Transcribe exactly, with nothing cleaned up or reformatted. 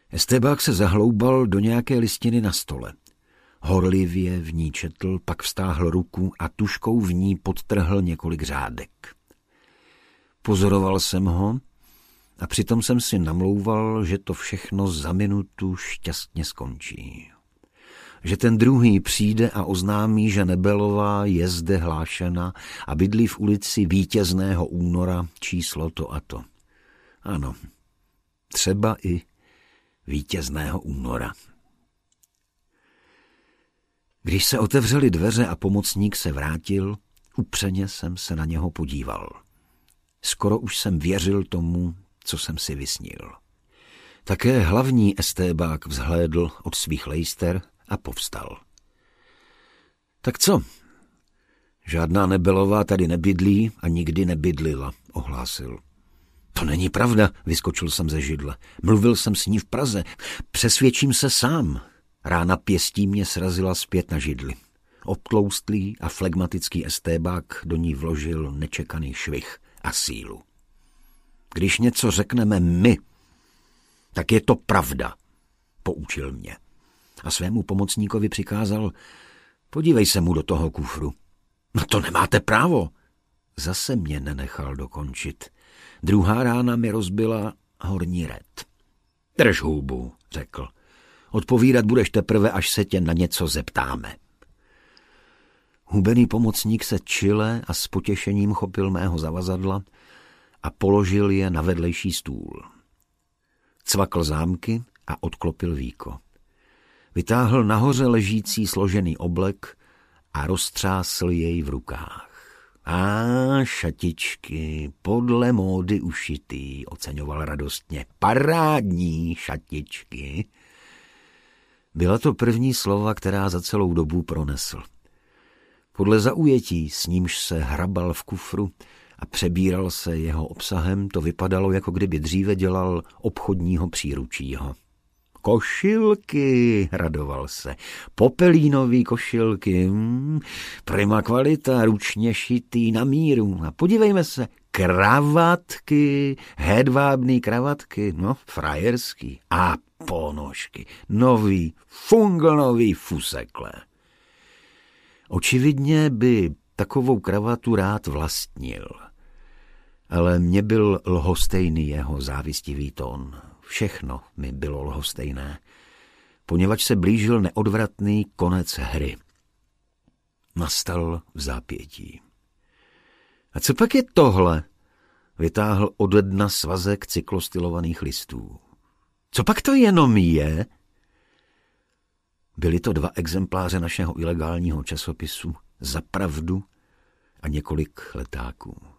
Estébák se zahloubal do nějaké listiny na stole. Horlivě v ní četl, pak vztáhl ruku a tužkou v ní podtrhl několik řádek. Pozoroval jsem ho a přitom jsem si namlouval, že to všechno za minutu šťastně skončí. Že ten druhý přijde a oznámí, že Nebelová je zde hlášena a bydlí v ulici Vítězného února číslo to a to. Ano, třeba i Vítězného února. Když se otevřely dveře a pomocník se vrátil, upřeně jsem se na něho podíval. Skoro už jsem věřil tomu, co jsem si vysnil. Také hlavní estébák vzhlédl od svých lejster a povstal. Tak co? Žádná Nebelová tady nebydlí a nikdy nebydlila, ohlásil. To není pravda, vyskočil jsem ze židle. Mluvil jsem s ní v Praze. Přesvědčím se sám. Rána pěstí mě srazila zpět na židli. Obtloustlý a flegmatický estébák do ní vložil nečekaný švih a sílu. Když něco řekneme my, tak je to pravda, poučil mě. A svému pomocníkovi přikázal, podívej se mu do toho kufru. No to nemáte právo. Zase mě nenechal dokončit. Druhá rána mi rozbila horní red. Drž hubu, řekl. Odpovídat budeš teprve, až se tě na něco zeptáme. Hubený pomocník se čile a s potěšením chopil mého zavazadla a položil je na vedlejší stůl. Cvakl zámky a odklopil víko. Vytáhl nahoře ležící složený oblek a roztřásl jej v rukách. A šatičky, podle módy ušitý, oceňoval radostně. Parádní šatičky. Byla to první slova, která za celou dobu pronesl. Podle zaujetí, s nímž se hrabal v kufru a přebíral se jeho obsahem, to vypadalo, jako kdyby dříve dělal obchodního příručího. Košilky, radoval se, popelínový košilky, hmm, prima kvalita, ručně šitý na míru. A podívejme se, kravatky, hedvábný kravatky, no, frajerský, a ponožky, nový, funglnový fusekle. Očividně by takovou kravatu rád vlastnil, ale mně byl lhostejný jeho závistivý tón. Všechno mi bylo lhostejné, poněvadž se blížil neodvratný konec hry. Nastal v zápětí. A co pak je tohle? Vytáhl ode dna svazek cyklostylovaných listů. Co pak to jenom je? Byly to dva exempláře našeho ilegálního časopisu Za pravdu a několik letáků.